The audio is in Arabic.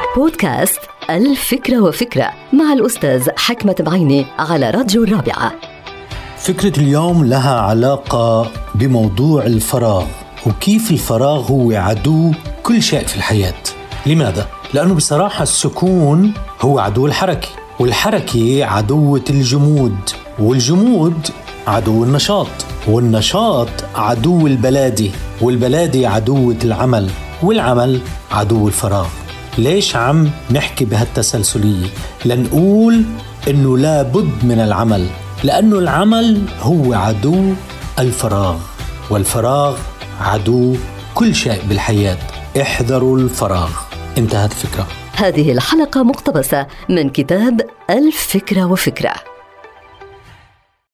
بودكاست الفكرة وفكرة مع الأستاذ حكمة بعيني على راديو الرابعة. فكرة اليوم لها علاقة بموضوع الفراغ، وكيف الفراغ هو عدو كل شيء في الحياة. لماذا؟ لأنه بصراحة السكون هو عدو الحركة، والحركة عدوة الجمود، والجمود عدو النشاط، والنشاط عدو البلادي، والبلادي عدوة العمل، والعمل عدو الفراغ. ليش عم نحكي بهالتسلسلية؟ لنقول إنه لا بد من العمل، لأنه العمل هو عدو الفراغ، والفراغ عدو كل شيء بالحياة. احذروا الفراغ. انتهت الفكرة. هذه الحلقة مقتبسة من كتاب الفكرة وفكرة.